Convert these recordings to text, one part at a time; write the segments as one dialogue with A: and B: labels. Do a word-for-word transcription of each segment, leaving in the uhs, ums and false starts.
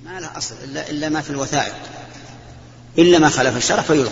A: ما له أصل إلا, إلا ما في الوثائق، إلا ما خالف الشرع فيلغى.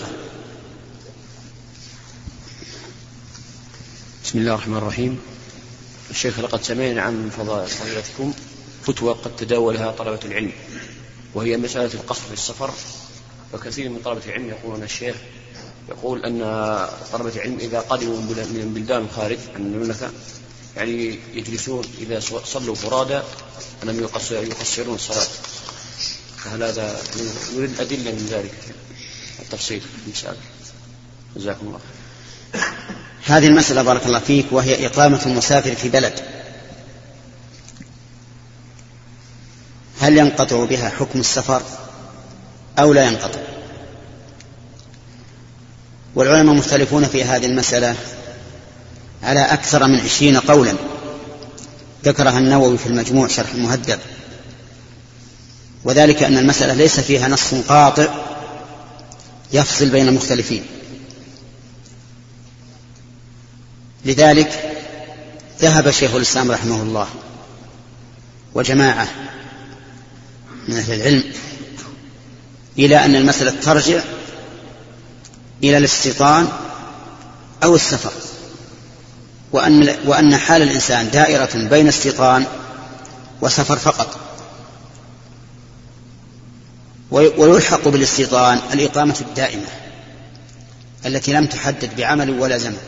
B: بسم الله الرحمن الرحيم. الشيخ، لقد سمعنا عن فضيلتكم فتوى قد تداولها طلبة العلم، وهي مسألة القصر في السفر. وكثير من طلبة العلم يقولون الشيخ يقول أن طلبة العلم إذا قدموا من بلدان الخارج عن المملكة يعني يجلسون إذا صلوا فرادى أنهم يقصرون الصلاة، فهل هذا يريد أدلة من ذلك التفصيل في المسألة؟ جزاكم الله.
A: هذه المسألة بارك الله فيك، وهي إقامة المسافر في بلد، هل ينقطع بها حكم السفر أو لا ينقطع؟ والعلماء مختلفون في هذه المسألة على أكثر من عشرين قولا، ذكرها النووي في المجموع شرح المهذب، وذلك أن المسألة ليس فيها نص قاطع يفصل بين المختلفين. لذلك ذهب شيخ الإسلام رحمه الله وجماعة من أهل العلم إلى أن المسألة ترجع إلى الاستيطان أو السفر، وأن, وأن حال الإنسان دائرة بين استيطان وسفر فقط، ويلحق بالاستيطان الإقامة الدائمة التي لم تحدد بعمل ولا زمن.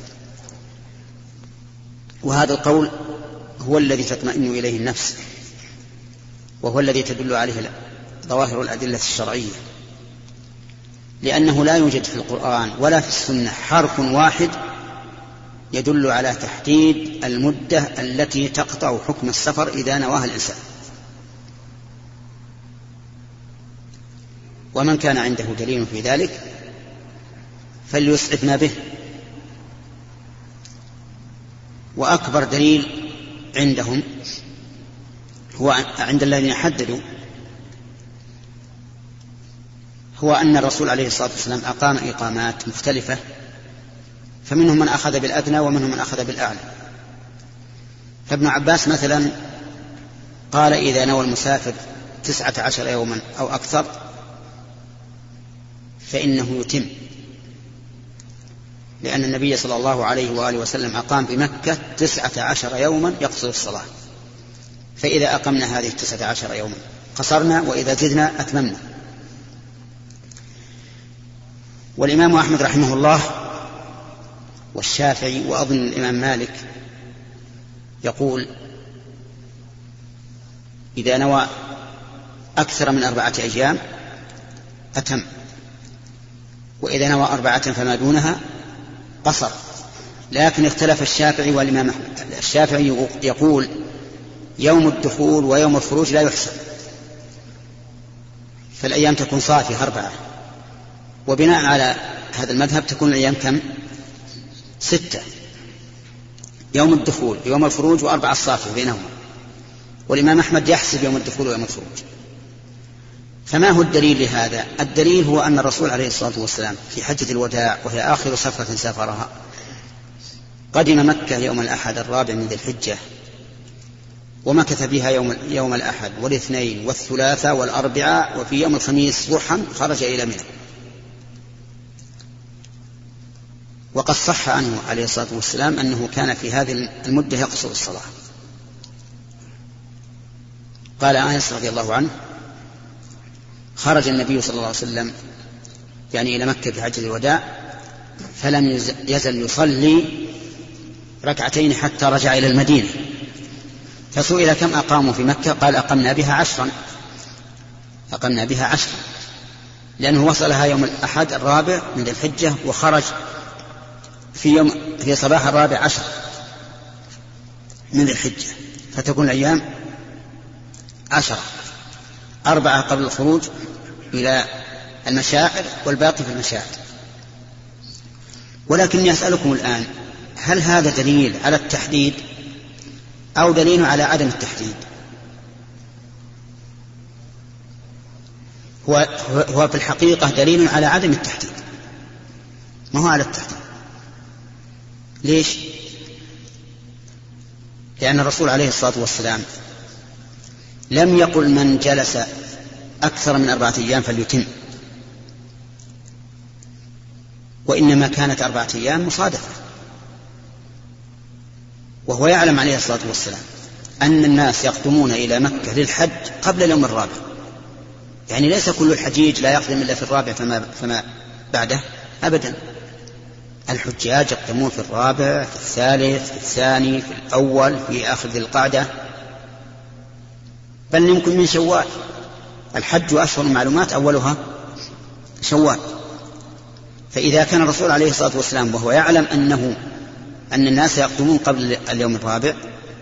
A: وهذا القول هو الذي تطمئن إليه النفس، وهو الذي تدل عليه ظواهر الأدلة الشرعية، لأنه لا يوجد في القرآن ولا في السنة حرف واحد يدل على تحديد المدة التي تقطع حكم السفر إذا نواها الإنسان. ومن كان عنده دليل في ذلك فليسعفنا به. وأكبر دليل عندهم هو عند الذين حددوا هو أن الرسول عليه الصلاة والسلام أقام إقامات مختلفة، فمنهم من أخذ بالأدنى ومنهم من أخذ بالأعلى. فابن عباس مثلا قال إذا نوى المسافر تسعة عشر يوما أو أكثر فإنه يتم، لأن النبي صلى الله عليه وآله وسلم أقام بمكة تسعة عشر يوما يقصر الصلاة، فإذا أقمنا هذه التسعة عشر يوما قصرنا، وإذا زدنا أتممنا. والإمام أحمد رحمه الله والشافعي وأظن الإمام مالك يقول إذا نوى أكثر من أربعة أيام أتم، وإذا نوى أربعة فما دونها قصر. لكن اختلف الشافعي والإمام أحمد. الشافعي يقول يوم الدخول ويوم الخروج لا يحسب، فالأيام تكون صافية أربعة، وبناء على هذا المذهب تكون الأيام كم؟ ستة، يوم الدخول يوم الخروج وأربعة صافية بينهما. والإمام أحمد يحسب يوم الدخول ويوم الخروج. فما هو الدليل لهذا؟ الدليل هو أن الرسول عليه الصلاة والسلام في حجة الوداع، وهي آخر سفرة سافرها، قدم مكة يوم الأحد الرابع من ذي الحجة، ومكث بها يوم, يوم الأحد والاثنين والثلاثاء والأربعاء، وفي يوم الخميس ضحى خرج إلى منى. وقد صح عنه عليه الصلاة والسلام أنه كان في هذه المدة يقصر الصلاة. قال أنس رضي الله عنه خرج النبي صلى الله عليه وسلم يعني إلى مكة في حجة الوداع فلم يزل يصلي ركعتين حتى رجع إلى المدينة، فسئل كم أقاموا في مكة؟ قال أقمنا بها عشرا أقمنا بها عشرا لأنه وصلها يوم الأحد الرابع من ذي الحجة، وخرج في يوم في صباح الرابع عشر من ذي الحجة، فتكون الأيام عشرة، أربعة قبل الخروج إلى المشاعر والباقي في المشاعر. ولكن أسألكم الآن، هل هذا دليل على التحديد أو دليل على عدم التحديد؟ هو, هو في الحقيقة دليل على عدم التحديد، ما هو على التحديد. ليش؟ لأن الرسول عليه الصلاة والسلام لم يقل من جلس أكثر من أربعة أيام فليتم. وإنما كانت أربعة أيام مصادفة، وهو يعلم عليه الصلاة والسلام أن الناس يقدمون إلى مكة للحج قبل اليوم الرابع، يعني ليس كل الحجيج لا يقدم إلا في الرابع فما, فما بعده أبدا. الحجاج يقدمون في الرابع، في الثالث، في الثاني، في الأول، في آخر ذي القعدة، بل يمكن من شوال. الحج أشهر معلومات أولها شوال. فإذا كان الرسول عليه الصلاة والسلام وهو يعلم أنه أن الناس يقدمون قبل اليوم الرابع،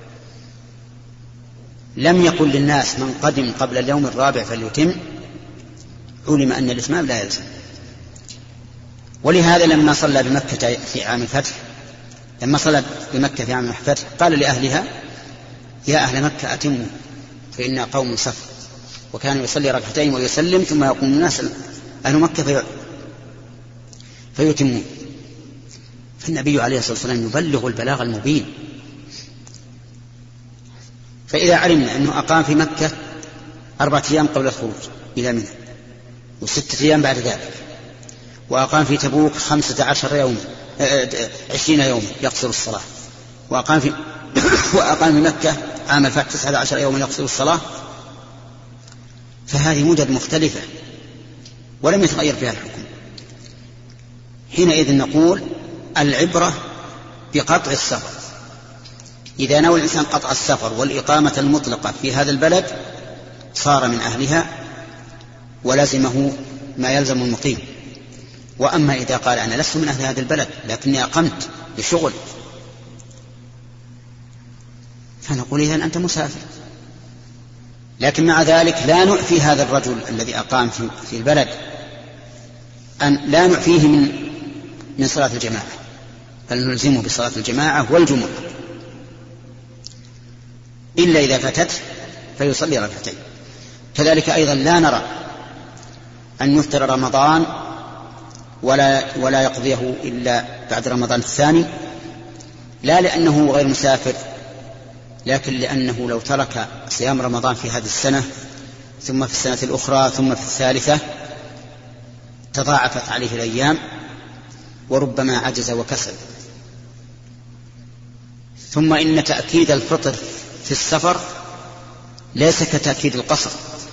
A: لم يقل للناس من قدم قبل اليوم الرابع فليتم، علم أن الإتمام لا يلزم. ولهذا لما صلى بمكة في عام الفتح لما صلى بمكة في عام الفتح قال لأهلها: يا أهل مكة أتموا فإنا قوم صف. وكان يصلي ركعتين ويسلم ثم يقوم الناس أهل مكة فيتمون. فالنبي عليه الصلاة والسلام يبلغ البلاغ المبين. فإذا علمنا أنه أقام في مكة أربعة أيام قبل الخروج إلى منى، وستة أيام بعد ذلك، وأقام في تبوك خمسة عشر يوم عشرين يوم يقصر الصلاة، وأقام في وأقام في مكة عام الفتح تسعة عشر يوم يقصر الصلاة، فهذه مدد مختلفة ولم يتغير فيها الحكم. حينئذ نقول العبرة بقطع السفر. إذا نوى الإنسان قطع السفر والإقامة المطلقة في هذا البلد صار من أهلها ولزمه ما يلزم المقيم. وأما إذا قال أنا لست من أهل هذا البلد لكني أقمت بشغل، فنقول إذن أنت مسافر. لكن مع ذلك لا نعفي هذا الرجل الذي أقام في البلد، أن لا نعفيه من من صلاة الجماعة، بل نلزمه بصلاة الجماعة والجمعة، إلا إذا فاتت فيصلي ركعتين. كذلك أيضا لا نرى أن يفطر رمضان ولا, ولا يقضيه إلا بعد رمضان الثاني، لا لأنه غير مسافر، لكن لأنه لو ترك صيام رمضان في هذه السنة ثم في السنة الأخرى ثم في الثالثة تضاعفت عليه الأيام وربما عجز وكسل. ثم إن تأكيد الفطر في السفر ليس كتأكيد القصر.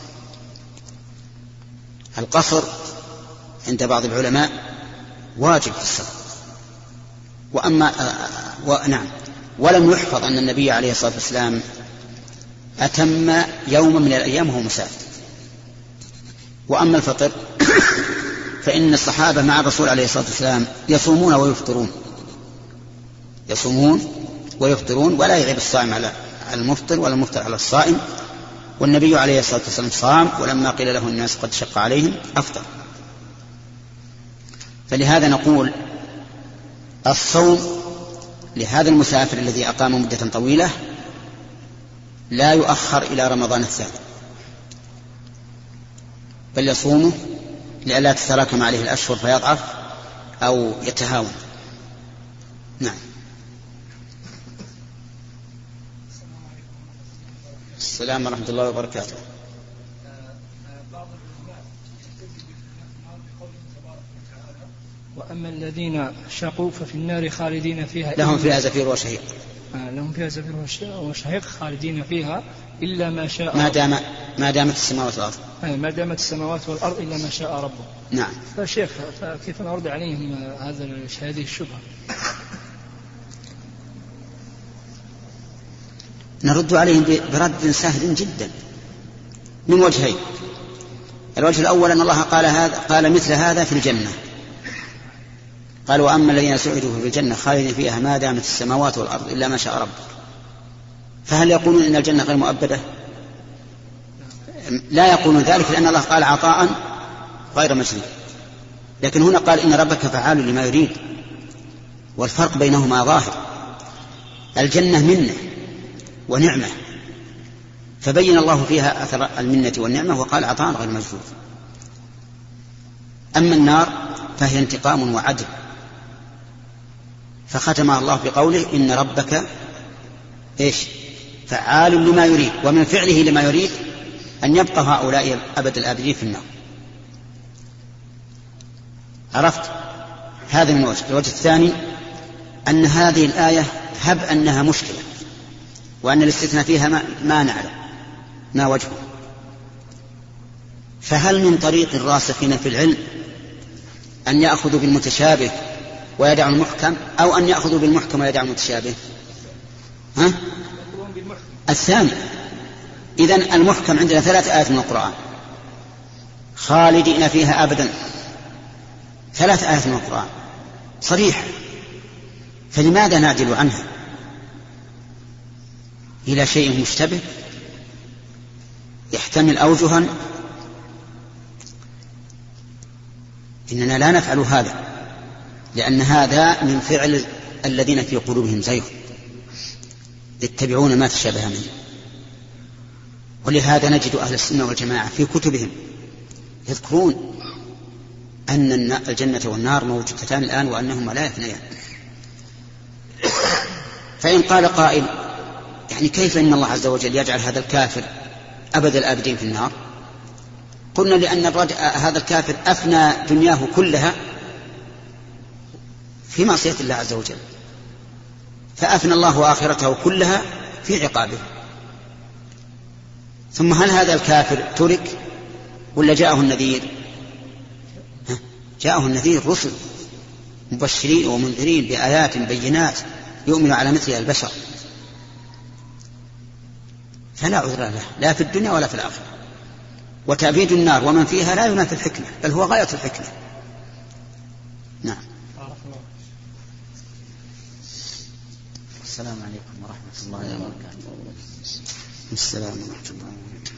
A: القصر عند بعض العلماء واجب في السفر، وأما ونعم ولم يحفظ أن النبي عليه الصلاة والسلام أتم يوم من الأيام وهو مسافر. وأما الفطر فإن الصحابة مع الرسول عليه الصلاة والسلام يصومون ويفطرون يصومون ويفطرون ولا يغيب الصائم على المفطر ولا المفطر على الصائم. والنبي عليه الصلاة والسلام صام، ولما قيل له الناس قد شق عليهم أفطر. فلهذا نقول الصوم لهذا المسافر الذي أقام مدة طويلة لا يؤخر إلى رمضان الثاني، بل يصومه لئلا تتراكم عليه الأشهر فيضعف أو يتهاون. نعم. السلام ورحمة الله وبركاته.
C: وأما الذين شقوا ففي النار خالدين فيها
A: لهم فيها زفير وشهيق.
C: آه لهم فيها زفير وشهيق خالدين فيها إلا ما شاء
A: ما دام ما دامت السماوات والأرض
C: آه ما دامت السماوات والأرض إلا ما شاء ربه.
A: نعم.
C: فشيخ فكيف نرد عليهم هذا هذه الشبهة؟
A: نرد عليهم برد سهل جدا من وجهين. الوجه الأول أن الله قال هذا قال مثل هذا في الجنة، قال وأما الذين سعدوا في الجنة خالدين فيها ما دامت السماوات والأرض إلا ما شاء ربك. فهل يقولون إن الجنة غير مؤبدة؟ لا يقولون ذلك، لأن الله قال عطاء غير مجزي. لكن هنا قال إن ربك فعال لما يريد، والفرق بينهما ظاهر. الجنة منة ونعمة، فبين الله فيها أثر المنة والنعمة وقال عطاء غير مجزي. أما النار فهي انتقام وعدل، فختمها الله بقوله إن ربك إيش فعال لما يريد، ومن فعله لما يريد أن يبقى هؤلاء أبد الآبدين في النار. عرفت؟ هذا من وجه. الوجه الثاني أن هذه الآية هب أنها مشكلة وأن الاستثناء فيها ما, ما نعلم ما وجهه، فهل من طريق الراسخين في العلم أن يأخذوا بالمتشابه ويدعوا المحكم، أو أن يأخذوا بالمحكم ويدعوا المتشابه؟ ها؟ الثاني. إذن المحكم عندنا ثلاث آيات من القرآن خالدين فيها أبدا، ثلاث آيات من القرآن صريحة، فلماذا نعدل عنها إلى شيء مشتبه يحتمل أوجها؟ إننا لا نفعل هذا، لأن هذا من فعل الذين في قلوبهم زيغ يتبعون ما تشابه منه. ولهذا نجد أهل السنة والجماعة في كتبهم يذكرون أن الجنة والنار موجودتان الآن وأنهما لا يفنيان. فإن قال قائل يعني كيف إن الله عز وجل يجعل هذا الكافر أبد الآبدين في النار؟ قلنا لأن هذا الكافر أفنى دنياه كلها في معصية الله عز وجل، فأفنى الله آخرته كلها في عقابه. ثم هل هذا الكافر ترك ولا جاءه النذير؟ جاءه النذير رسل مبشرين ومنذرين بآيات بينات يؤمن على مثلها البشر، فلا عذر له لا في الدنيا ولا في الآخرة. وتأبيد النار ومن فيها لا ينافي الحكمة، بل هو غاية الحكمة. نعم.
D: السلام عليكم ورحمة الله وبركاته.
A: السلام ورحمة الله وبركاته.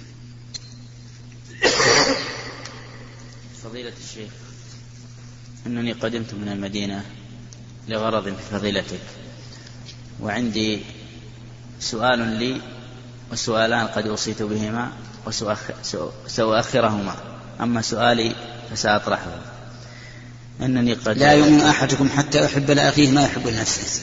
D: فضيلة الشيخ، أنني قدمت من المدينة لغرض في فضيلتك، وعندي سؤال لي وسؤالان قد أوصيت بهما وسأؤخرهما، أما سؤالي فسأطرحه. أنني قد
A: لا يؤمن أحدكم حتى يحب لأخيه ما يحب لنفسه،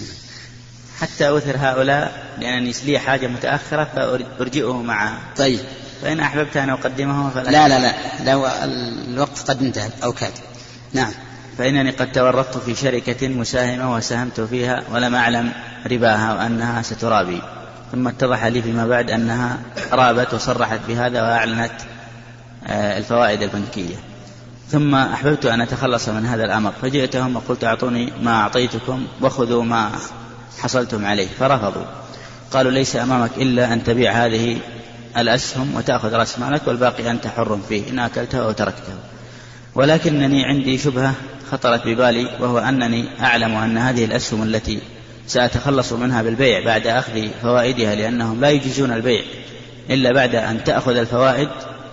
D: حتى أثر هؤلاء لأنني لي حاجة متأخرة فأرجئه معها.
A: طيب،
D: فإن أحببت أن أقدمه فلا.
A: لا لا لا, لا الوقت قد انتهى أو كاد. نعم.
D: فإنني قد تورطت في شركة مساهمة وساهمت فيها ولم أعلم رباها وأنها سترابي، ثم اتضح لي فيما بعد أنها رابت وصرحت بهذا وأعلنت الفوائد البنكية، ثم أحببت أن أتخلص من هذا الأمر، فجئتهم وقلت أعطوني ما أعطيتكم وخذوا ما حصلتم عليه، فرفضوا. قالوا ليس أمامك إلا أن تبيع هذه الأسهم وتأخذ رأس مالك والباقي أنت حر فيه إن أكلته أو تركته. ولكنني عندي شبهة خطرت ببالي، وهو أنني أعلم أن هذه الأسهم التي سأتخلص منها بالبيع بعد أخذ فوائدها، لأنهم لا يجيزون البيع إلا بعد أن تأخذ الفوائد،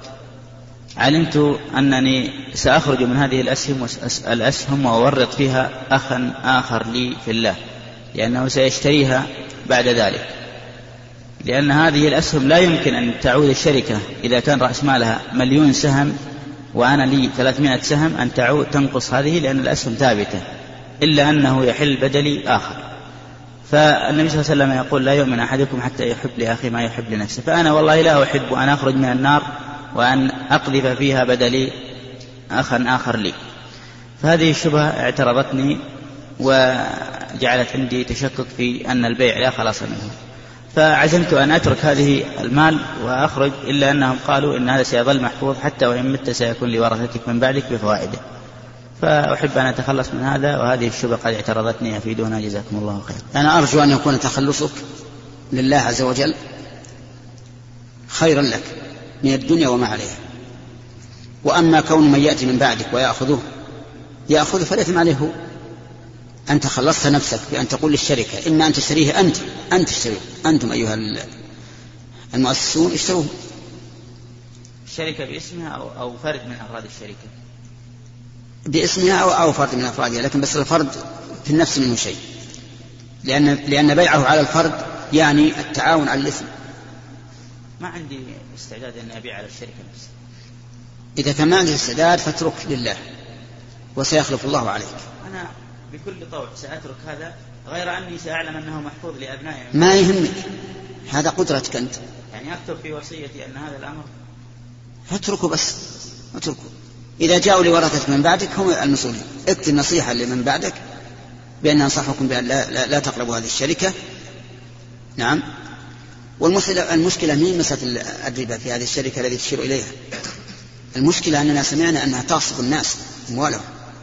D: علمت أنني سأخرج من هذه الأسهم, الأسهم وأورط فيها أخا آخر لي في الله، لأنه سيشتريها بعد ذلك، لأن هذه الأسهم لا يمكن أن تعود الشركة إذا كان رأس مالها مليون سهم وأنا لي ثلاثمائة سهم أن تعود تنقص هذه، لأن الأسهم ثابتة، إلا أنه يحل بدلي آخر. فالنبي صلى الله عليه وسلم يقول لا يؤمن أحدكم حتى يحب لأخي ما يحب لنفسه، فأنا والله لا أحب أن أخرج من النار وأن أقذف فيها بدلي أخا آخر لي. فهذه الشبهة اعترضتني وجعلت عندي تشكك في أن البيع لا خلاص منه، فعزمت أن أترك هذه المال وأخرج، إلا أنهم قالوا إن هذا سيظل محفوظ حتى وإن مت سيكون لورثتك من بعدك بفوائده، فأحب أن أتخلص من هذا، وهذه الشبهة قد اعترضتني أفيدونا جزاكم الله خير.
A: أنا أرجو أن يكون تخلصك لله عز وجل خيرا لك من الدنيا وما عليها، وأما كون من يأتي من بعدك ويأخذه يأخذه فليثم عليه هو. أنت خلصت نفسك بأن تقول للشركة إما أن تشتريه أنت أنت تشتريه، أنتم أيها المؤسسون اشتروه.
D: الشركة باسمها أو, أو فرد من أفراد الشركة؟
A: باسمها أو, أو فرد من أفرادها، لكن بس الفرد في النفس منه شيء، لأن, لأن بيعه على الفرد يعني التعاون على الإثم.
D: ما عندي استعداد أن أبيع على الشركة نفسها.
A: إذا كان ما عندك استعداد فاترك لله وسيخلف الله عليك.
D: أنا بكل طوع سأترك هذا، غير أني سأعلم أنه محفوظ لأبنائي.
A: ما يهمك، هذا قدرتك أنت.
D: يعني يعني أكتب في وصيتي أن هذا الأمر
A: اتركوا بس اتركوا. إذا جاءوا لورثة من بعدك هم المسؤولين، اكتب نصيحة لمن بعدك بأن أنصحكم بأن لا, لا, لا تقربوا هذه الشركة. نعم. والمشكلة مين مسألة الربا في هذه الشركة التي تشير إليها؟ المشكلة أننا سمعنا أنها تغصب الناس أموالهم،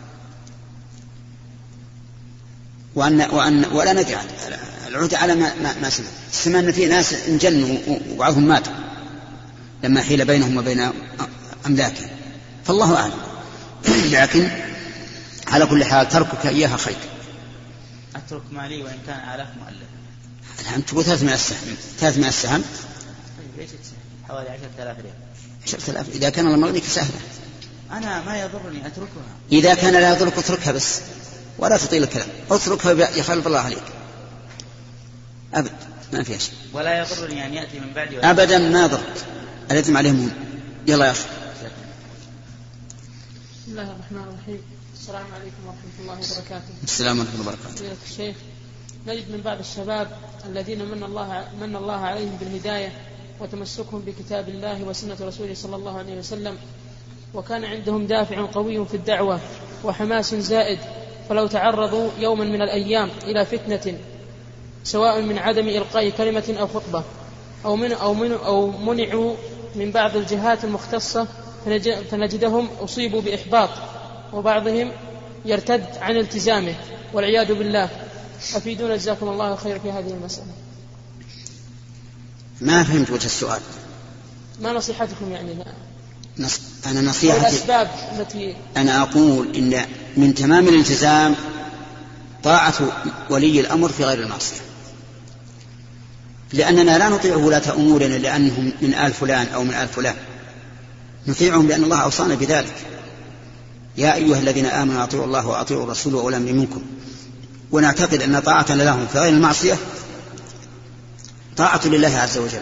A: وأن وأن ولا ندري العهد على ما ما, ما سمع. سمع أن في ناس انجنوا وبعضهم ماتوا لما حيل بينهم وبين أملاكهم، فالله أعلم. لكن على كل حال تركك إياها خير.
D: أترك مالي وإن كان آلاف مؤلف.
A: الآن تقول ثلاثمائة سهم، ثلاثمائة سهم
D: طيب ليش تسهم؟ حوالي عشرة آلاف ريال.
A: عشرة آلاف إذا كان الله مغنيك سهلة.
D: أنا ما يضرني أتركها.
A: إذا كان لا يضرك اتركها بس ولا تطيل الكلام، اتركها يخلف الله عليك أبد، ما فيها شيء.
D: ولا يضرني أن يأتي من بعدي
A: أبدا ما ضرت. الإثم عليهم. يلا يا أخي.
E: بسم الله الرحمن الرحيم. السلام عليكم ورحمة الله وبركاته.
A: السلام ورحمة الله وبركاته.
E: يا الشيخ، نجد من بعض الشباب الذين من الله من الله عليهم بالهداية وتمسكهم بكتاب الله وسنة رسوله صلى الله عليه وسلم، وكان عندهم دافع قوي في الدعوة وحماس زائد، فلو تعرضوا يوما من الأيام إلى فتنة سواء من عدم إلقاء كلمة أو خطبة أو من أو من أو منعوا من بعض الجهات المختصة، فنجدهم أصيبوا بإحباط وبعضهم يرتد عن التزامه والعياذ بالله. أفيدونا جزاكم الله خير في هذه المسألة.
A: ما فهمت وجه السؤال.
E: ما نصيحتكم يعني؟ لا.
A: نص... أنا نصيحتي
E: الأسباب التي
A: أنا أقول إن من تمام الالتزام طاعة ولي الأمر في غير المعصية، لأننا لا نطيع ولاة أمورنا لأنهم من آل فلان أو من آل فلان، نطيعهم لأن الله أوصانا بذلك: يا أيها الذين آمنوا أطيعوا الله وأطيعوا الرسول وأولي الأمر منكم. ونعتقد أن طاعة لهم في غير المعصية طاعة لله عز وجل.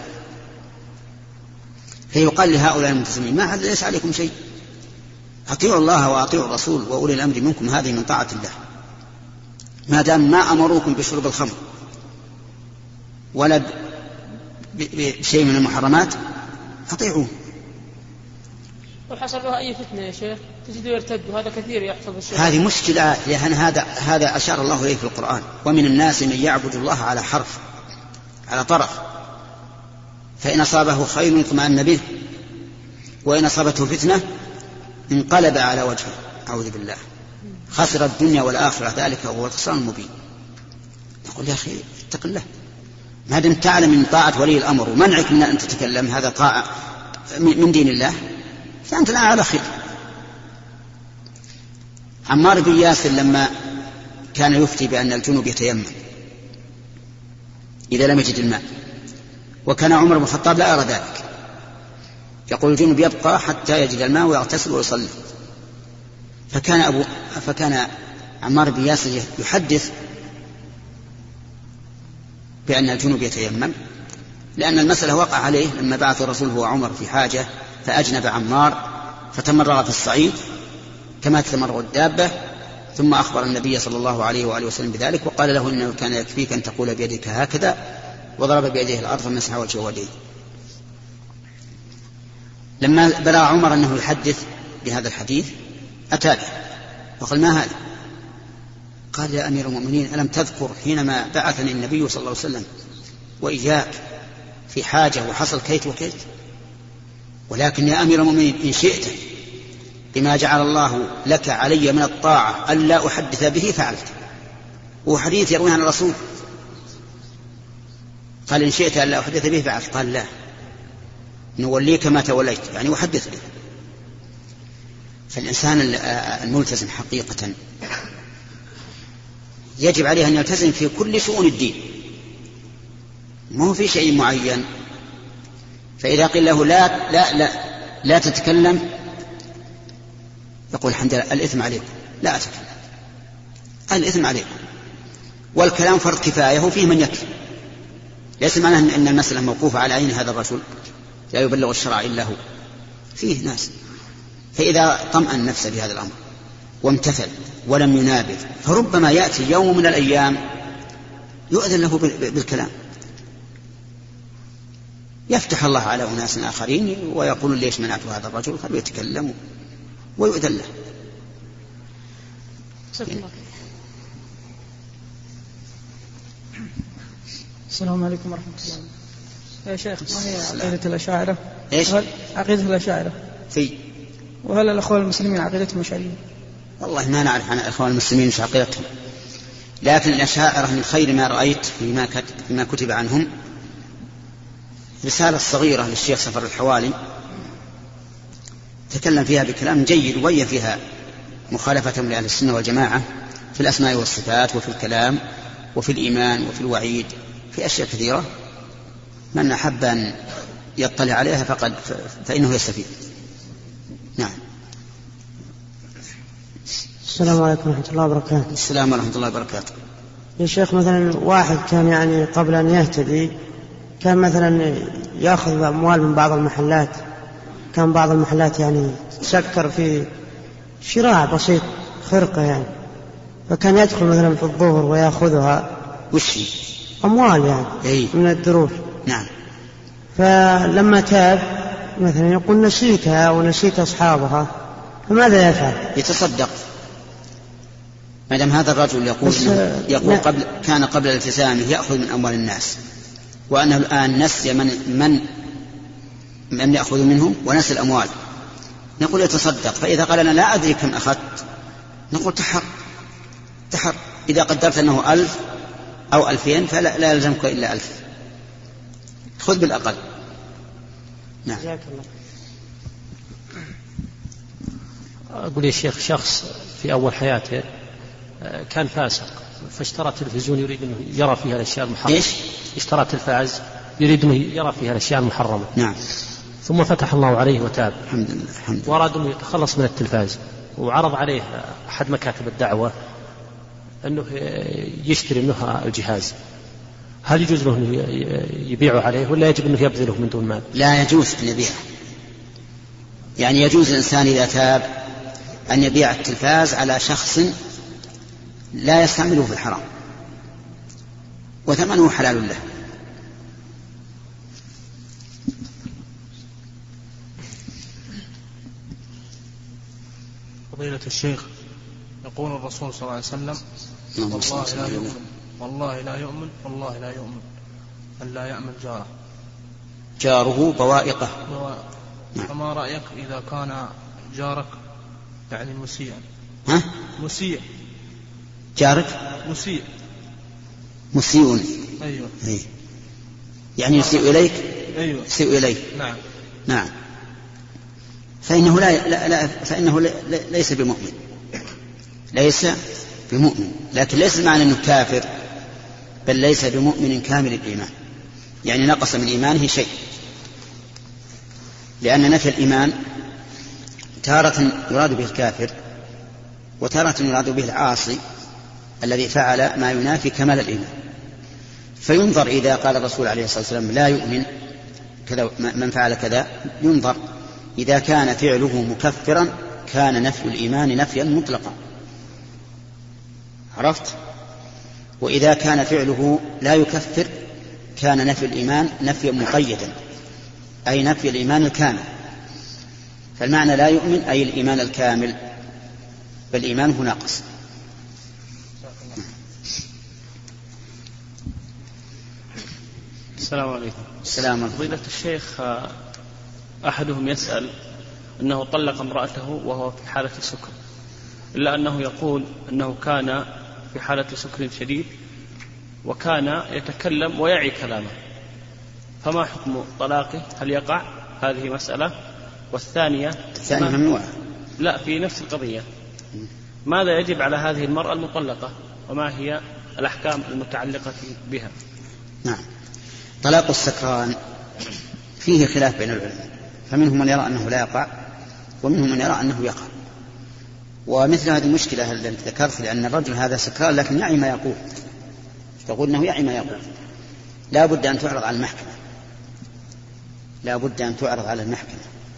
A: فيقال لهؤلاء الملتزمين: ما ليس عليكم شيء، أطيعوا الله وأطيعوا الرسول وأولي الأمر منكم، هذه من طاعة الله. ما دام ما أمروكم بشرب الخمر ولا بشيء من المحرمات أطيعوه.
E: وحصل له أي فتنة يا شيخ تجد يرتد، وهذا كثير يحصل الشيخ.
A: هذه مشكلة، لأن هذا هذا أشار الله إليه في القرآن: ومن الناس من يعبد الله على حرف، على طرف، فإن أصابه خير اطمأن به وإن أصابته فتنة انقلب على وجهه، أعوذ بالله، خسر الدنيا والآخرة، ذلك هو الخسران المبين. نقول يا أخي اتق الله، ما دام تعلم من طاعة ولي الأمر ومنعك من أن تتكلم هذا طاعة من دين الله، فأنت الآن على خير. عمار بن ياسر لما كان يفتي بأن الجنوب يتيمم إذا لم يجد الماء، وكان عمر بن الخطاب لا يرى ذلك، يقول الجنوب يبقى حتى يجد الماء ويغتسل ويصلي. فكان أبو فكان عمار بن ياسر يحدث بأن الجنوب يتيمم، لأن المسألة وقع عليه لما بعث الرسول هو عمر في حاجة فأجنب عمار فتمرغ في الصعيد كما تتمرغ الدابة، ثم أخبر النبي صلى الله عليه وآله وسلم بذلك وقال له إنه كان يكفيك أن تقول بيدك هكذا، وضرب بيده الأرض فمسح وجهه ويديه. لما بلغ عمر أنه يحدث بهذا الحديث أتى به وقال: ما هذا؟ قال: يا أمير المؤمنين، ألم تذكر حينما بعثني النبي صلى الله عليه وسلم وإياك في حاجة وحصل كيت وكيت؟ ولكن يا أمير المؤمنين إن شئت بما جعل الله لك علي من الطاعة ألا أحدث به فعلت. وحديث يروي عن الرسول. قال: إن شئت ألا أحدث به فعلت. قال: لا، نوليك ما توليت، يعني أحدث به. فالإنسان الملتزم حقيقة يجب عليه أن يلتزم في كل شؤون الدين، ما هو في شيء معين. فإذا قيل له لا لا لا لا تتكلم يقول: الحمد لله، الإثم عليكم، لا أتكلم، الإثم عليكم. والكلام فرض كفاية وفيه من يكفي، ليس معناه أن المسألة موقوفة على عين هذا الرجل لا يبلغ الشرع إلا هو، فيه ناس. فإذا طمأن نفسه بهذا الأمر وامتثل ولم ينابذ، فربما يأتي يوم من الأيام يؤذن له بالكلام. يفتح الله على أناس آخرين ويقول ليش منعت هذا الرجل، خلوا يتكلم ويؤذن له.
F: السلام عليكم ورحمة الله. يا شيخ، ما هي عقيدة الأشاعرة؟
A: إيش؟
F: عقيدة الأشاعرة
A: في
F: وهل الأخوان المسلمين عقيدتهم أشعرية؟
A: والله ما نعرف عن الأخوان المسلمين ايش عقيدتهم، لكن الأشاعرة من خير ما رأيت فيما فيما كتب عنهم رسالة صغيرة للشيخ سفر الحوالي تكلم فيها بكلام جيد وبين فيها مخالفتهم لأهل السنة والجماعة في الأسماء والصفات وفي الكلام وفي الإيمان وفي الوعيد، في أشياء كثيرة من أحب أن يطلع عليها فقد فإنه يستفيد. نعم.
G: السلام عليكم ورحمة الله وبركاته.
A: السلام ورحمة الله وبركاته.
G: يا شيخ، مثلا واحد كان يعني قبل أن يهتدي كان مثلا يأخذ أموال من بعض المحلات، كان بعض المحلات يعني تسكر في شراء بسيط خرقة يعني، فكان يدخل مثلا في الظهر ويأخذها
A: وش
G: أموال يعني
A: أي.
G: من الدروس.
A: نعم.
G: فلما تاب مثلا يقول نسيتها ونسيت أصحابها، فماذا يفعل؟
A: يتصدق. ما دام هذا الرجل يقول, يقول قبل كان قبل التزامه يأخذ من أموال الناس وأنه الآن نسي من, من, من يأخذ منهم ونسي الأموال، نقول يتصدق. فإذا قال أنا لا أدري كم أخذت نقول تحر تحر إذا قدرت أنه ألف أو ألفين فلا لا يلزمك إلا ألف، خذ بالأقل. نعم.
H: أقول يا شيخ، شخص في أول حياته كان فاسق فاشترى تلفزيون يريد أنه يرى فيها الأشياء المحرمة.
A: إيش؟
H: اشترى تلفاز يريد أنه يرى فيها الأشياء المحرمة.
A: نعم.
H: ثم فتح الله عليه وتاب
A: الحمد لله الحمد لله،
H: وأراد أنه يتخلص من التلفاز، وعرض عليه أحد مكاتب الدعوة أنه يشتري منها الجهاز، هل يجوز له أنه يبيعه عليه ولا يجب أنه يبذله من دون مال؟
A: لا يجوز أن يبيعه، يعني يجوز الإنسان إذا تاب أن يبيع التلفاز على شخص لا يستعمله في الحرام وثمنه حلال له.
I: فضيلة الشيخ، يقول الرسول صلى الله عليه وسلم والله لا يؤمن والله لا يؤمن والله لا يؤمن أن لا يأمن جاره
A: جاره بوائقه.
I: فما رأيك إذا كان جارك يعني مسيئا؟
A: ها؟
I: مسيء.
A: جارك
I: مسيء.
A: مسيء.
I: أيوة.
A: أيه. يعني يسيء إليك.
I: أيوة.
A: يسيء إليك.
I: نعم.
A: نعم. فإنه لا, لا, لا فإنه لا ليس بمؤمن، ليس بمؤمن، لكن ليس معنى أنه كافر، بل ليس بمؤمن كامل الإيمان، يعني نقص من إيمانه شيء، لأن نفي الإيمان تارة يراد به الكافر وتارة يراد به العاصي الذي فعل ما ينافي كمال الإيمان. فينظر إذا قال الرسول عليه الصلاة والسلام لا يؤمن كذا من فعل كذا، ينظر إذا كان فعله مكفرا كان نفي الإيمان نفيا مطلقا، عرفت؟ وإذا كان فعله لا يكفر كان نفي الإيمان نفيا مقيدا، أي نفي الإيمان الكامل. فالمعنى لا يؤمن أي الإيمان الكامل، بل إيمانه ناقص.
H: السلام عليكم.
A: السلام عليكم.
H: فضيلة الشيخ، أحدهم يسأل أنه طلق امرأته وهو في حالة سكر، إلا أنه يقول أنه كان في حالة سكر شديد وكان يتكلم ويعي كلامه، فما حكم طلاقه؟ هل يقع؟ هذه مسألة. والثانية
A: الثانية ممنوعة.
H: لا، في نفس القضية، ماذا يجب على هذه المرأة المطلقة وما هي الأحكام المتعلقة بها؟
A: نعم. طلاق السكران فيه خلاف بين العلماء، فمنهم من يرى أنه لا يقع ومنهم من يرى أنه يقع. ومثل هذه المشكلة التي ذكرت، لأن الرجل هذا سكران لكن يعي ما يقول، تقول أنه يعي ما يقول، لا بد أن تعرض على المحكمة، لا بد أن تعرض على المحكمة،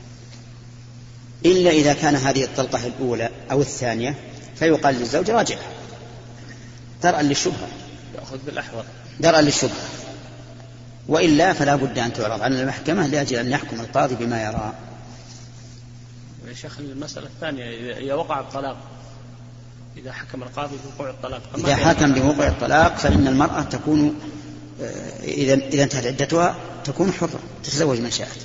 A: إلا إذا كان هذه الطلقة الأولى أو الثانية فيقال للزوج راجع درءا للشبهة،
H: يأخذ بالأحوال
A: درءا للشبهة. وإلا فلا بد أن تعرض على المحكمة لأجل أن يحكم القاضي بما يرى.
H: يا شيخ المسألة الثانية إذا وقع الطلاق، إذا حكم القاضي بوقوع الطلاق،
A: إذا حكم بوقوع الطلاق فإن المرأة تكون إذا إذا انتهت عدتها تكون حرة تتزوج من شاءت.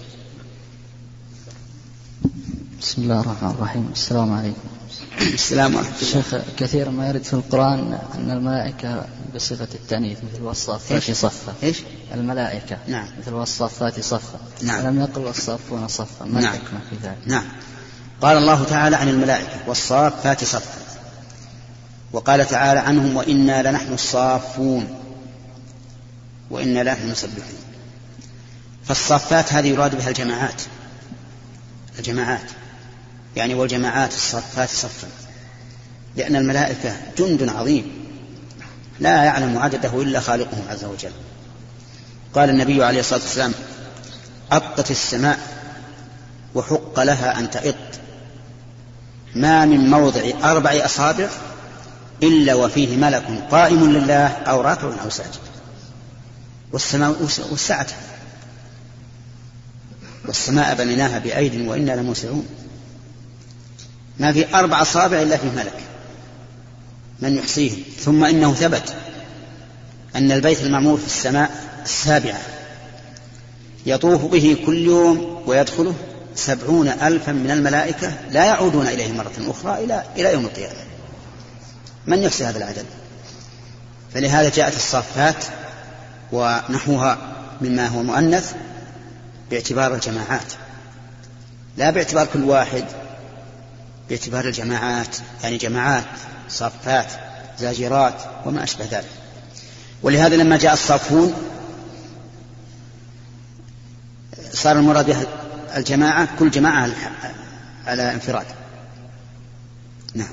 J: بسم الله الرحمن الرحيم. السلام عليكم.
A: السلام عليكم.
J: شيخ، كثيرا ما يرد في القرآن أن الملائكة بصفة التأنيث مثل والصافات صفا.
A: إيش؟
J: الملائكة
A: نعم.
J: مثل والصافات صفا.
A: نعم.
J: ولم يقل والصافون صفا. ما
A: نعم.
J: الحكمة في ذلك؟
A: نعم. قال الله تعالى عن الملائكة والصافات صفا، وقال تعالى عنهم وإنا لنحن الصافون وإنا لنحن المسبحون. فالصافات هذه يراد بها الجماعات، الجماعات يعني والجماعات الصافات صفا، لأن الملائكة جند عظيم لا يعلم عدده إلا خالقه عز وجل. قال النبي عليه الصلاة والسلام أطت السماء وحق لها أن تئط، ما من موضع أربع أصابع إلا وفيه ملك قائم لله أو راكع أو ساجد. والسماء وسعتها، والسماء بنيناها بأيد وإنا لموسعون، ما في أربع أصابع إلا فيه ملك من يحصيه. ثم إنه ثبت أن البيت المعمور في السماء السابعة يطوف به كل يوم ويدخله سبعون ألفا من الملائكة لا يعودون إليه مرة أخرى إلى إلى يوم القيامة. من يحصي هذا العدد؟ فلهذا جاءت الصافات ونحوها مما هو مؤنث باعتبار الجماعات، لا باعتبار كل واحد، باعتبار الجماعات، يعني جماعات صافات زاجرات وما أشبه ذلك. ولهذا لما جاء الصافون صار المراد بها الجماعة، كل جماعة على انفراد. نعم.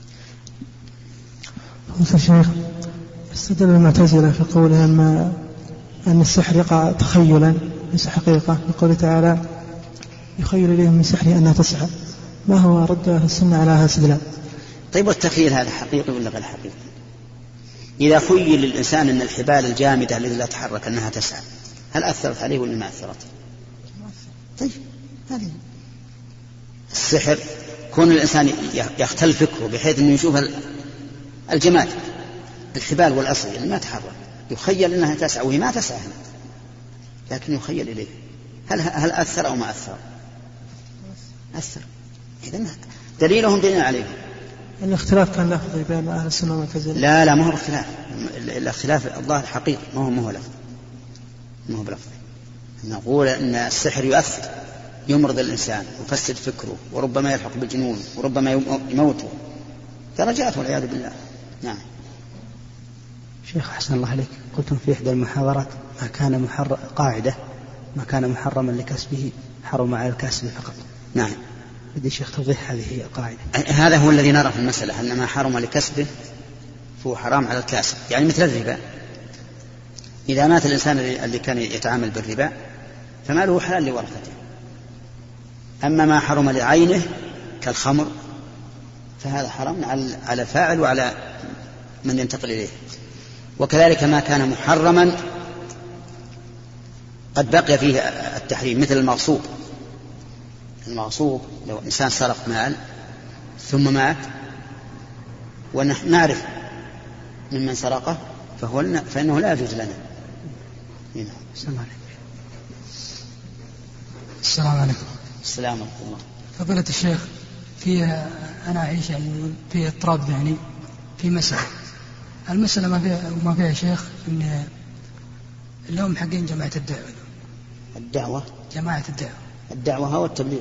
F: قلت الشيخ استدل المعتزلة في قولها أن أن السحر يقع تخيلا ليس حقيقة، يقول تعالى يخيل إليهم من سحره أنها تسعى. ما هو رد أهل السنة على هذا الاستدلال؟
A: طيب والتخيل هذا حقيقي ولا غير حقيقي؟ إذا خيل للإنسان أن الحبال الجامدة التي لا تتحرك أنها تسعى، هل أثرت عليه ولا ما أثرت؟ طيب هذه السحر كون الإنسان يختل فكره بحيث أنه يشوف الجماد الحبال والعصي يعني ما تحرك، يخيل أنها تسعى وهي ما تسعى، لكن يخيل إليه. هل هل أثر أو ما أثر؟ أثر. إذن دليلهم دليل عليهم.
F: الاختلاف كان لفظي بين أهل السنة والمعتزلة؟
A: لا لا ما هو اختلاف، الاختلاف الظاهر حقيقي، ما هو ما هو لفظي، ما هو بلفظي. نقول أن السحر يؤثر، يمرض الإنسان ويفسد فكره وربما يلحق بالجنون وربما يموته، درجات والعياذ بالله. نعم.
K: شيخ أحسن الله عليك، قلتم في إحدى المحاضرات ما كان محرم، قاعدة ما كان محرما لكسبه حرم على الكاسب فقط.
A: نعم.
K: بدي شيخ توضيح هذه هي القاعدة.
A: هذا هو الذي نرى في المسألة، أن ما حرم لكسبه فهو حرام على الكاسب، يعني مثل الربا. إذا مات الإنسان اللي كان يتعامل بالربا فماله حلال لورثته. أما ما حرم لعينه كالخمر فهذا حرام على الفاعل وعلى من ينتقل إليه. وكذلك ما كان محرما قد بقي فيه التحريم، مثل المغصوب. المغصوب لو إنسان سرق مال ثم مات ونحن نعرف ممن سرقه فهو فإنه لا يجوز لنا.
K: السلام عليكم.
F: السلام عليكم.
A: السلام ورحمة الله.
F: فضيلة الشيخ، في أنا أعيش يعني في اضطراب ذهني في مسألة، المسألة ما فيها ما فيها شيخ إن اللي هم حقين جماعة الدعوة.
A: الدعوة؟
F: جماعة الدعوة.
A: الدعوة هو التبليغ.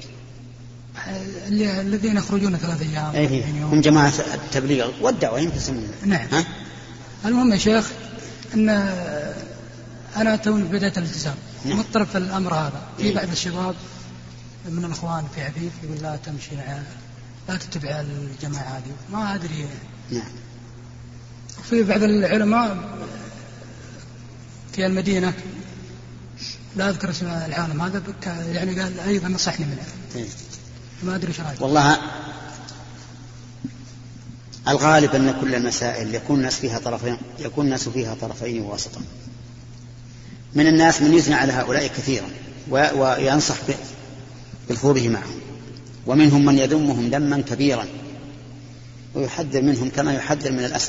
F: الذين يخرجون ثلاث أيام.
A: أيه هم جماعة التبليغ والدعوة يمكن يسمونه.
F: نعم. ها؟ المهم يا شيخ أن أنا توني في بداية الالتزام. نعم. مضطرب في الأمر هذا. في بعض الشباب من الأخوان في عفيف يقول لا تمشي مع لا تتبع الجماعة هذه، ما أدري.
A: نعم.
F: في بعض العلماء في المدينة لا أذكر اسم العالم هذا يعني قال أيضا نصحني منه. ما أدري ايش رأيك.
A: والله الغالب أن كل المسائل يكون الناس فيها طرفين، يكون الناس فيها طرفين ووسطا. من الناس من يثني على هؤلاء كثيرا وينصح بالخوض معهم، ومنهم من يذمهم ذما كبيرا ويحذر منهم كما يحذر من الأسد،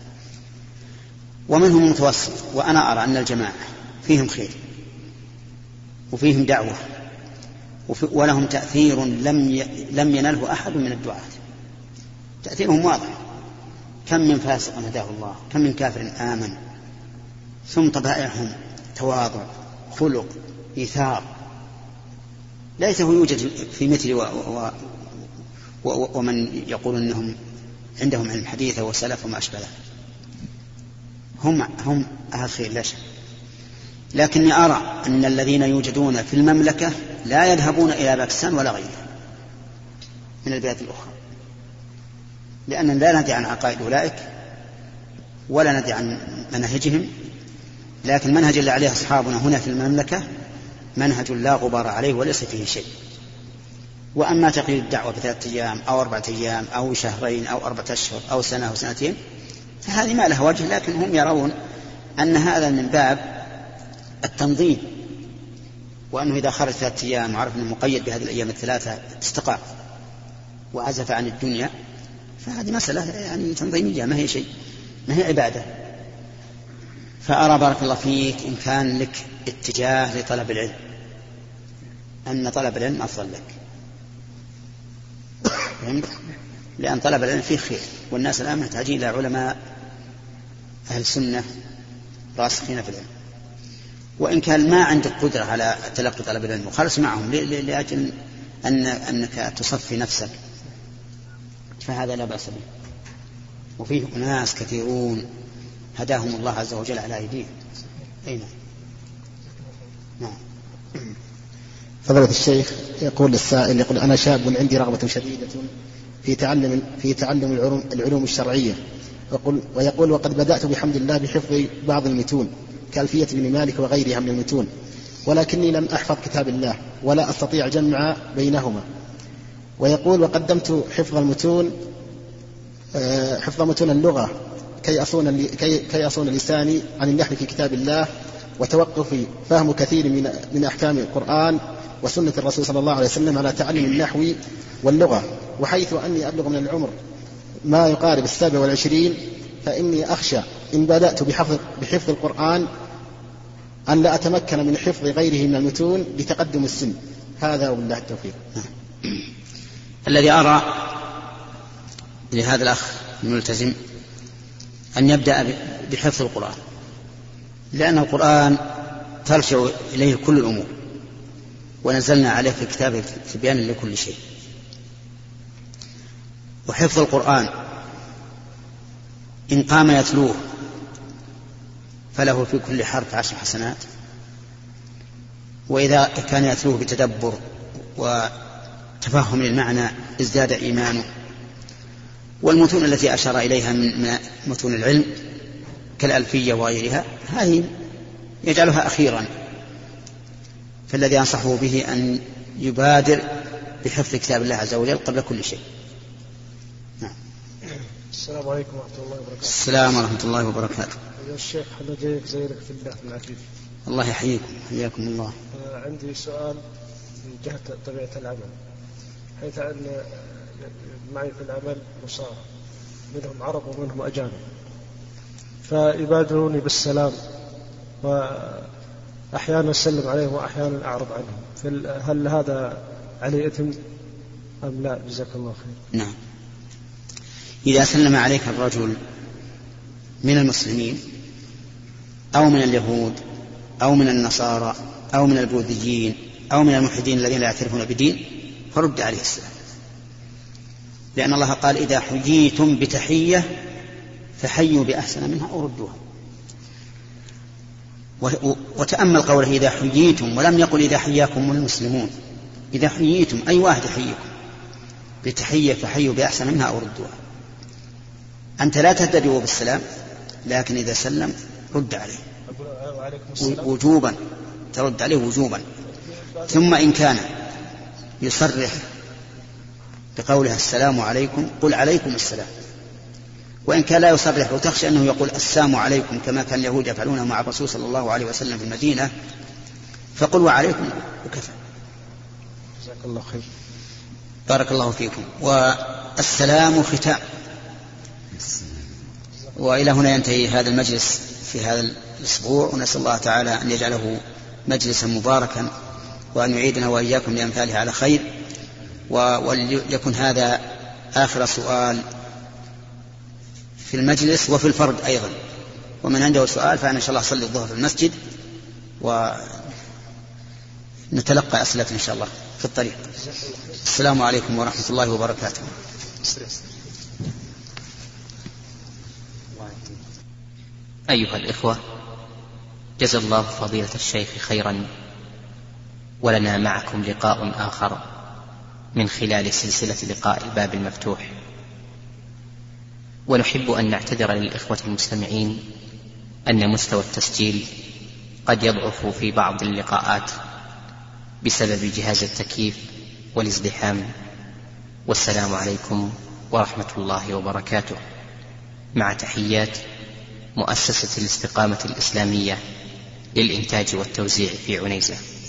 A: ومنهم المتوسط. وأنا أرى أن الجماعة فيهم خير وفيهم دعوة ولهم تأثير لم لم ينله أحد من الدعاة، تأثيرهم واضح. كم من فاسق هداه الله، كم من كافر آمن، ثم طبائعهم تواضع، خلق، إيثار، ليته يوجد في مثل و... و... و... ومن يقول أنهم عندهم علم حديث وسلف وما أشبه. هم هم أهل خير لا شك، لكني أرى أن الذين يوجدون في المملكة لا يذهبون إلى باكستان ولا غيرها من البلاد الأخرى، لأننا لا ندري عن عقائد أولئك ولا ندري عن منهجهم، لكن المنهج اللي عليه أصحابنا هنا في المملكة منهج لا غبار عليه وليس فيه شيء. وأما تقييد الدعوة بثلاثة أيام أو أربعة أيام أو شهرين أو أربعة أشهر أو سنة أو سنتين فهذه ما لها وجه، لكن هم يرون أن هذا من باب التنظيم، وأنه إذا خرج ثلاثة أيام وعرف أنه مقيد بهذه الأيام الثلاثة استقام وعزف عن الدنيا، فهذه مسألة يعني تنظيمية ما هي شيء، ما هي عبادة. فأرى بارك الله فيك إن كان لك اتجاه لطلب العلم أن طلب العلم أفضل لك، لأن طلب العلم فيه خير، والناس الآن محتاجين إلى علماء أهل سنة راسخين في العلم. وإن كان ما عندك قدرة على تلقي طلب العلم وخلص معهم لأجل أن أنك تصفي نفسك فهذا لا بأس به. وفيه أناس كثيرون هداهم الله عز وجل على أيديهم. أي نعم. نعم.
L: فضيلة الشيخ يقول السائل يقول أنا شاب عندي رغبة شديدة في تعلم في تعلم العلوم, العلوم الشرعية، ويقول, ويقول وقد بدأت بحمد الله بحفظ بعض المتون كألفية ابن مالك وغيرها من المتون، ولكني لم أحفظ كتاب الله ولا أستطيع جمع بينهما. ويقول وقدمت حفظ المتون حفظ متون اللغة كي أصون كي كي أصون لساني عن النحو في كتاب الله، وتوقفي فهم كثير من من أحكام القرآن وسنة الرسول صلى الله عليه وسلم على تعلم النحو واللغة. وحيث أني أبلغ من العمر ما يقارب السابع والعشرين فإني أخشى إن بدأت بحفظ, بحفظ القرآن أن لا أتمكن من حفظ غيره من المتون لتقدم السن. هذا والله التوفيق.
A: الذي أرى لهذا الأخ الملتزم أن يبدأ بحفظ القرآن، لأن القرآن ترجع إليه كل الأمور، ونزلنا عليه في كتابه تبيانا لكل شيء. وحفظ القرآن إن قام يتلوه فله في كل حرف عشر حسنات، وإذا كان يتلوه بتدبر وتفهم للمعنى ازداد إيمانه. والمتون التي أشار إليها من متون العلم كالألفية وغيرها هذه يجعلها أخيرا، فالذي أنصحه به أن يبادر بحفظ كتاب الله عز وجل قبل كل شيء. نعم.
M: السلام عليكم ورحمة الله وبركاته.
A: السلام ورحمة الله وبركاته.
M: يا الشيخ أنا جايك زينك في الله من عفيف.
A: الله يحييكم حياكم الله.
M: عندي سؤال من جهة طبيعة العمل، حيث أن معي في العمل نصارى منهم عرب ومنهم أجانب، فيبادروني بالسلام وأحيانا أسلم عليهم وأحيانا أعرض عنهم، هل هذا عليه إثم أم لا؟ جزاك الله خير.
A: نعم. إذا سلم عليك الرجل من المسلمين أو من اليهود أو من النصارى أو من البوذيين أو من الملحدين الذين لا يعترفون بدين فرد عليه السلام، لأن الله قال إذا حييتم بتحية فحيوا بأحسن منها أو ردوها. وتأمل قوله إذا حييتم، ولم يقل إذا حياكم المسلمون، إذا حييتم أي واحد يحييكم بتحية فحيوا بأحسن منها أو ردوها. أنت لا تبدأ بالسلام، لكن إذا سلم رد عليه وجوبا، ترد عليه وجوبا. ثم إن كان يصرح بقولها السلام عليكم قل عليكم السلام، وإن كان لا يصرح وتخشى أنه يقول السلام عليكم كما كان اليهود يفعلونه مع الرسول صلى الله عليه وسلم في المدينة، فقل وعليكم وكفى.
M: جزاك الله خير.
A: بارك الله فيكم. والسلام ختام. وإلى هنا ينتهي هذا المجلس في هذا الأسبوع، ونسأل الله تعالى أن يجعله مجلسا مباركا وأن يعيدنا وإياكم لأمثاله على خير. وليكن هذا آخر سؤال في المجلس وفي الفرد أيضا، ومن عنده سؤال فأنا إن شاء الله أصلي الظهر في المسجد ونتلقى أسئلة إن شاء الله في الطريق. السلام عليكم ورحمة الله وبركاته.
N: أيها الإخوة، جزا الله فضيلة الشيخ خيرا، ولنا معكم لقاء آخر من خلال سلسلة لقاء الباب المفتوح. ونحب أن نعتذر للإخوة المستمعين أن مستوى التسجيل قد يضعف في بعض اللقاءات بسبب جهاز التكييف والازدحام. والسلام عليكم ورحمة الله وبركاته، مع تحيات مؤسسة الاستقامة الإسلامية للإنتاج والتوزيع في عنيزة.